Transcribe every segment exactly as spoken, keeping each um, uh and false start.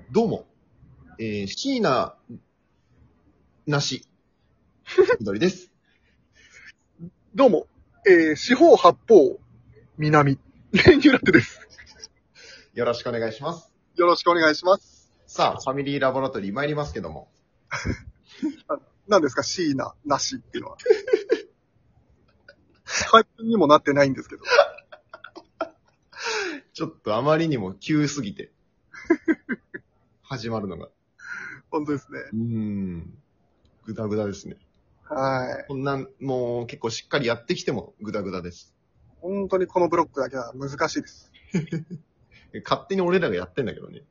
どうも、えー、椎名なし、緑です。 どうも、えー、四方八方、南、レンジュラッテです。 よろしくお願いします。 よろしくお願いします。 さあ、ファミリーラボラトリー参りますけども。 何ですか、椎名なしっていうのは。配信にもなってないんですけど。 ちょっとあまりにも急すぎて。始まるのが。 本当ですね。 うーん。ぐだぐだですね。 はい。 こんな、もう結構しっかりやってきてもぐだぐだです。 本当にこのブロックだけは難しいです。 勝手に俺らがやってんだけどね。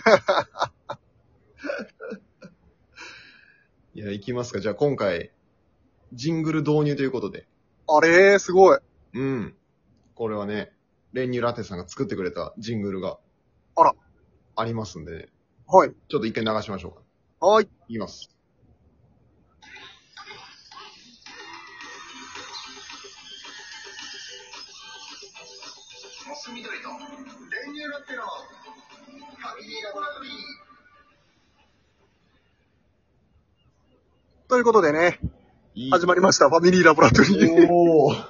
いや、行きますか。じゃあ今回、ジングル導入ということで。 あれー、すごい。 うん。これはね、練乳ラテさんが作ってくれたジングルが。 あら。 ありますんでね。 はい。 ちょっと一回流しましょうか。 はい。 いきます。モス緑と練乳ラッテのファミリーラボラトリー。 ということでね、 いい始まりました、ファミリーラボラトリー。 おー。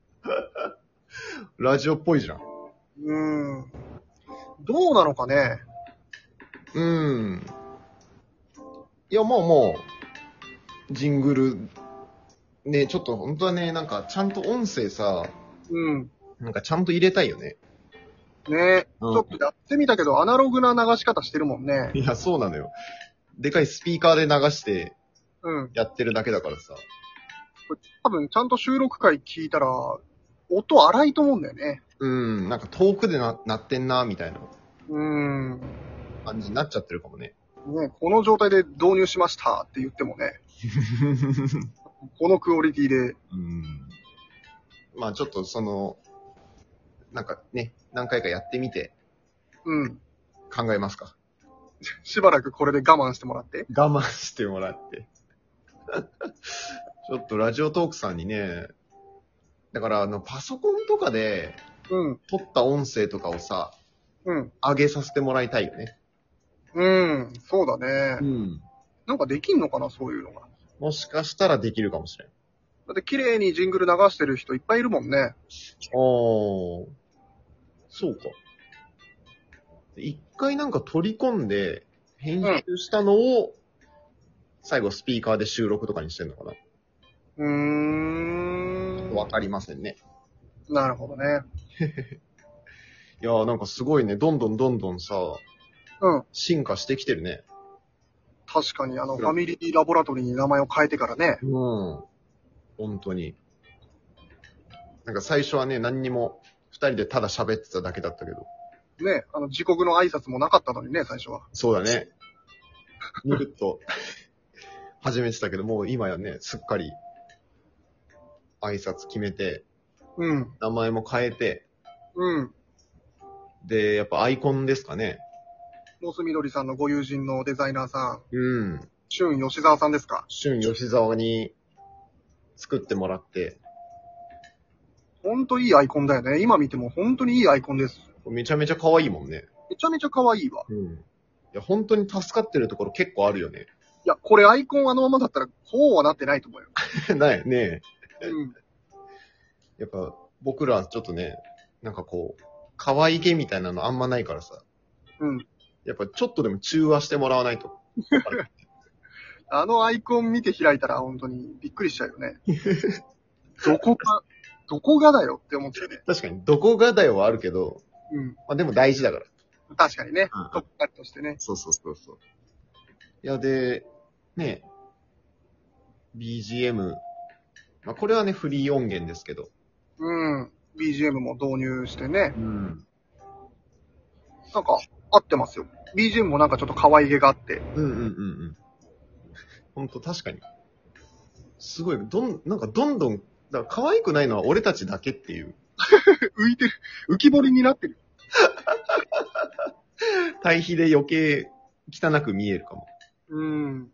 ラジオっぽいじゃん。 うーん。どうなのかね。 うーん。いや、もうもう、ジングル、ね、ちょっと本当はね、なんかちゃんと音声さ、 うん。 なんかちゃんと入れたいよね。 ね、 うんちょっとやってみたけど、アナログな流し方してるもんね。 いや、そうなのよ。でかいスピーカーで流してうん。 やってるだけだからさ。 多分、ちゃんと収録回聞いたら、音荒いと思うんだよね。 うん、なんか遠くでな鳴ってんな、みたいなうーん。 感じになっちゃってるかもね。 ね、この状態で導入しましたって言ってもね、このクオリティで、 うん。まあちょっとその、なんかね、何回かやってみてうん。 考えますか。 しばらくこれで我慢してもらって。 我慢してもらって。ちょっとラジオトークさんにね、だからあのパソコンとかでうん。 撮った音声とかをさ、 うん。 上げさせてもらいたいよね。 うん。そうだね。 ん。 なんかできんのかな、そういうのが。 もしかしたらできるかもしれん。 だって綺麗にジングル流してる人いっぱいいるもんね。 おー。そうか。一回なんか取り込んで、編集したのを、最後スピーカーで収録とかにしてんのかな。 うーん。 わかりませんね。 なるほどね。 いやーなんかすごいね、どんどんどんどんさ、 うん。 進化してきてるね。 確かに、あの、ファミリーラボラトリーに名前を変えてからね。 うん。本当に。なんか最初はね、何にも、二人でただ喋ってただけだったけど。 ね、あの、時刻の挨拶もなかったのにね、最初は。 そうだね。ぬるっと始めてたけど、もう今やね、すっかり挨拶決めて、 うん。 名前も変えて、 うん。 で、やっぱアイコンですかね。 モスみどりさんのご友人のデザイナーさん、 うん。 俊吉沢さんですか？ 春吉沢に作ってもらって、 ほんといいアイコンだよね。今見てもほんとにいいアイコンです。 めちゃめちゃ可愛いもんね。 めちゃめちゃ可愛いわ。 うん。いや、本当に助かってるところ結構あるよね。 いや、これアイコンあのままだったら、こうはなってないと思うよ。 ないね。 うん。 やっぱ僕らちょっとね、なんかこう、可愛げみたいなのあんまないからさ。 うん。 やっぱちょっとでも中和してもらわないと。 あのアイコン見て開いたら本当にびっくりしちゃうよね。どこか、どこがだよって思っちゃうね。 確かに、どこがだよはあるけど、 うん。 まあでも大事だから。 確かにね。 うんトップカットしてね。 そうそうそうそう。いや、で、ね、ビージーエム、まあこれはね、フリー音源ですけど。 うん。ビージーエム も導入してね。 うん。 なんか、合ってますよ。ビージーエム もなんかちょっと可愛げがあって。 うんうんうんうん。ほんと確かに。すごい、どん、なんかどんどん、だから可愛くないのは俺たちだけっていう。 浮いてる。浮き彫りになってる。 対比で余計汚く見えるかも。 うん。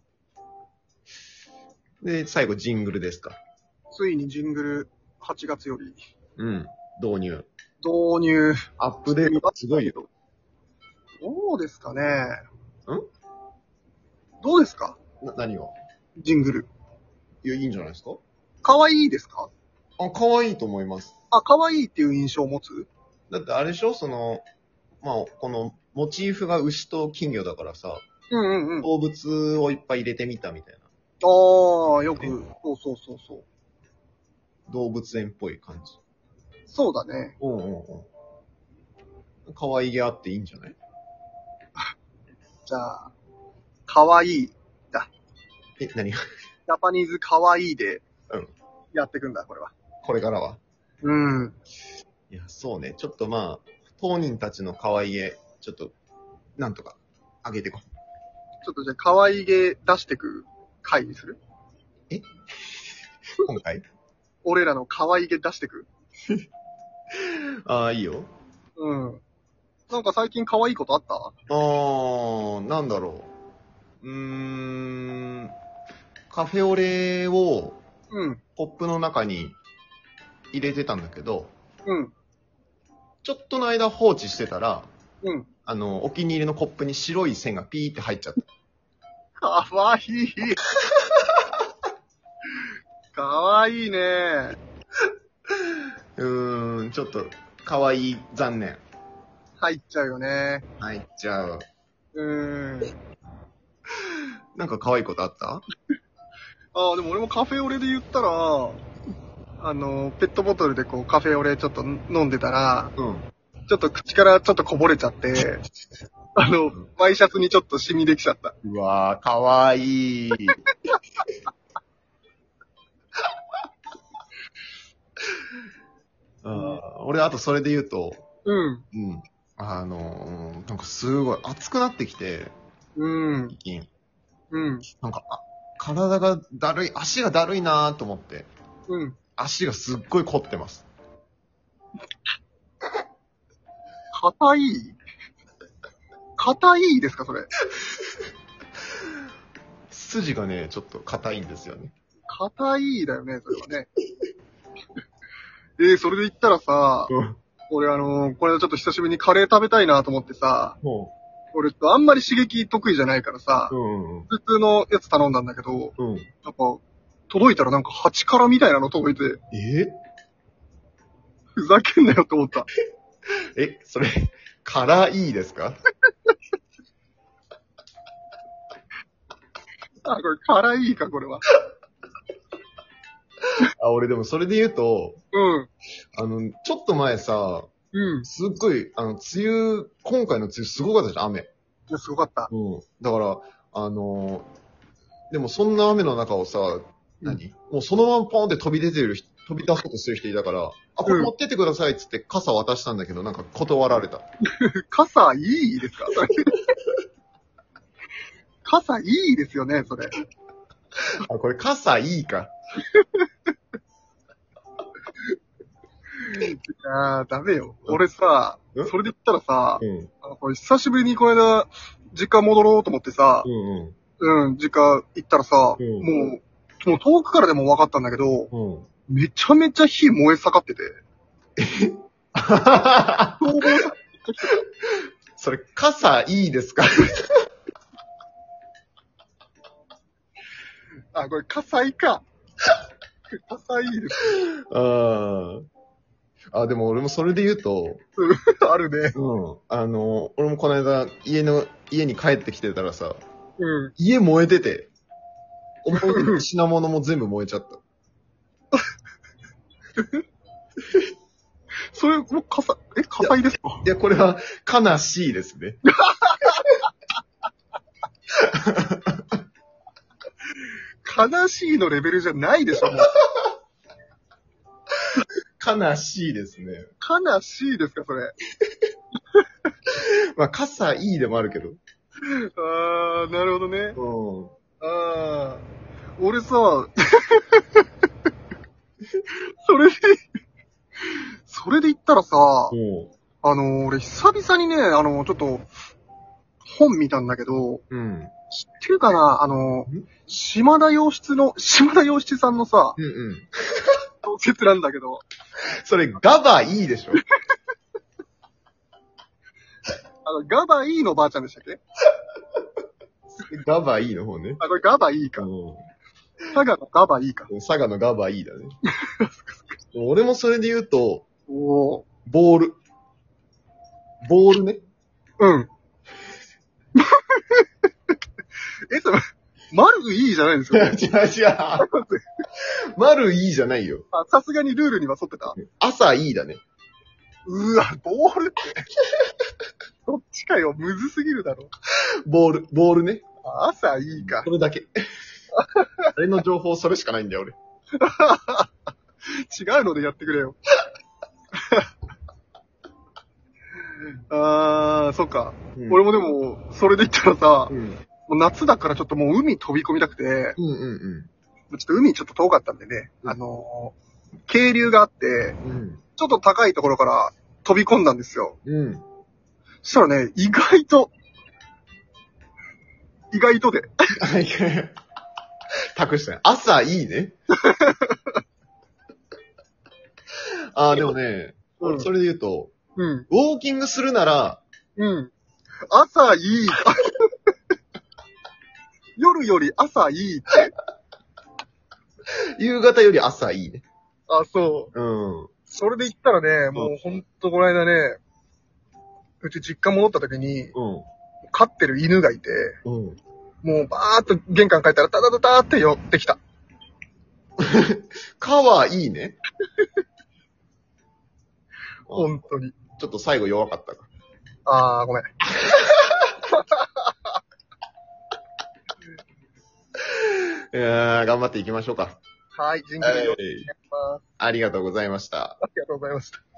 で、最後ジングルですか。 ついにジングルはちがつよりうん。導入。 導入。 アップデートすごいよ。 どうですかね。 どうですかな、何をジングル。 いや、いいんじゃないですか？ 可愛いですか？ あ、可愛いと思います。 あ、可愛いっていう印象を持つ？ だってあれでしょその、まあ、この、モチーフが牛と金魚だからさ、 うんうんうん。 動物をいっぱい入れてみたみたいな。 ああ、よく、そうそうそうそう。 動物園っぽい感じ。 そうだね。 うんうんうん。可愛げあっていいんじゃない？ じゃあ、可愛い。 え、何がジャパニーズ可愛いで、 うんやっていくんだ、これは。 これからは。 うん。 いや、そうね。ちょっとまあ、当人たちの可愛げ、ちょっと、なんとか、上げていこちょっとじゃあ、可愛げ出してく回にする？ う。今回俺らの可愛げ出してく？ ああ、いいよ。 うん。なんか最近可愛いことあった？ あー、なんだろう。うーん、カフェオレをうん。 コップの中に入れてたんだけど、 うん。 ちょっとの間放置してたら、 うん。 あの、お気に入りのコップに白い線がピーって入っちゃった。 かわいい。かわいいね。 うーん、ちょっと、かわいい、残念。 入っちゃうよね。 入っちゃう。 うーん。 なんか可愛いことあった？ ああ、でも俺もカフェオレで言ったら、あの、ペットボトルでこうカフェオレちょっと飲んでたら、 うん。 ちょっと口からちょっとこぼれちゃって、あの、ワイシャツにちょっと染みできちゃった。 うわー、かわいい。あー俺、あとそれで言うと、 うん。 うん。あのー、なんかすごい暑くなってきて、 うん。 最近。 うん。 なんか、あ体がだるい、足がだるいなーと思って、 うん。 足がすっごい凝ってます。 硬い硬いですか、それ。 筋がね、ちょっと硬いんですよね。 硬いだよね、それはね。えー、それで言ったらさ、 うん。 俺あのー、これちょっと久しぶりにカレー食べたいなと思ってさ、 も俺あんまり刺激得意じゃないからさ、 う、うんうん普通のやつ頼んだんだけど、 うん。うん。 やっぱ、届いたらなんか蜂辛みたいなの届いて、 えふざけんなよって思った。 え、それ、辛いですか？ あ、これ辛いか、これは。 あ、俺でもそれで言うと、 うん。 あの、ちょっと前さ、 うん。 すっごい、あの、梅雨、今回の梅雨すごかったじゃん、雨。 いや、すごかった。 うん。だから、あのーでもそんな雨の中をさ、何、もうそのままポンって飛び出てる人、飛び出そうとする人いたから、あ、これ持ってってくださいっつって傘渡したんだけど、なんか断られた。 傘いいですかそれ。傘いいですよね、それ。 あ、これ傘いいか。 いやー、ダメよ。俺さ、 んそれで言ったらさ、 うん。 あのこれ久しぶりにこの間、実家戻ろうと思ってさう、んうん、実家行ったらさ、 うんもう、もう遠くからでも分かったんだけど、 うん。うん。 めちゃめちゃ火燃え盛ってて。 それ、傘いいですか？ あ、これ火災か。火災いいです。 ああ。あ、でも俺もそれで言うと、 あるね。 うん。あの、俺もこの間、家の、家に帰ってきてたらさ、 うん。 家燃えてて、思い出の品物も全部燃えちゃった。 それ、もう火災、え、火災ですか？ いや、これは悲しいですね。 悲しいのレベルじゃないでしょ、もう。 悲しいですね。 悲しいですか、それ。 まあ、傘いいでもあるけど。 あー、なるほどね。 うん。 あー。俺さ、それで、それで言ったらさ、 うん。 あの、俺久々にね、あの、ちょっと、本見たんだけど、 うん。 知ってるかなあの、島田洋七の、島田洋七さんのさ、 うんうん。 小説なんだけど、 それ、ガバいいでしょ？ あの、ガバイーのばあちゃんでしたっけ？ ガバいいの方ね。 あ、これガバいいか。 う佐賀のガバいいか。 ん。佐賀のガバいいだね。俺もそれで言うと、 おー。 ボール。ボールね。 うん。え、それ、丸いいじゃないんですか。 違う違う。丸いいじゃないよ。 あ、さすがにルールには沿ってた。 朝いいだね。 うわ、ボールって。どっちかよ、むずすぎるだろ。 ボール、ボールね。 朝いいかそ。れだけ。あれの情報それしかないんだよ、俺。 違うのでやってくれよ。あー、そっか。 うん、 俺もでも、それで言ったらさ、 うん。 もう夏だからちょっともう海飛び込みたくて、 うんうんちょっと海ちょっと遠かったんでね、 うんあのー、渓流があって、 うん。 ちょっと高いところから飛び込んだんですよ。 うん。うん。 そしたらね、意外と、意外とで。 託したね。朝いいね。ああ、でもね、 うん俺それで言うと、 うん。 ウォーキングするなら、 うん。朝いい。夜より朝いいって。 夕方より朝いいね。 あ、そう。 うん。うん。 それで言ったらね、もうほんとこの間ね、うち実家戻った時に、飼ってる犬がいて、 うん。 もうバーっと玄関帰ったらタタタターって寄ってきた。 川いいね。 ほんとに。 ちょっと最後弱かったか。 あー、ごめん。 いやー、頑張っていきましょうか。 はい、元気でよろしくお願いします。 ありがとうございました。 ありがとうございました。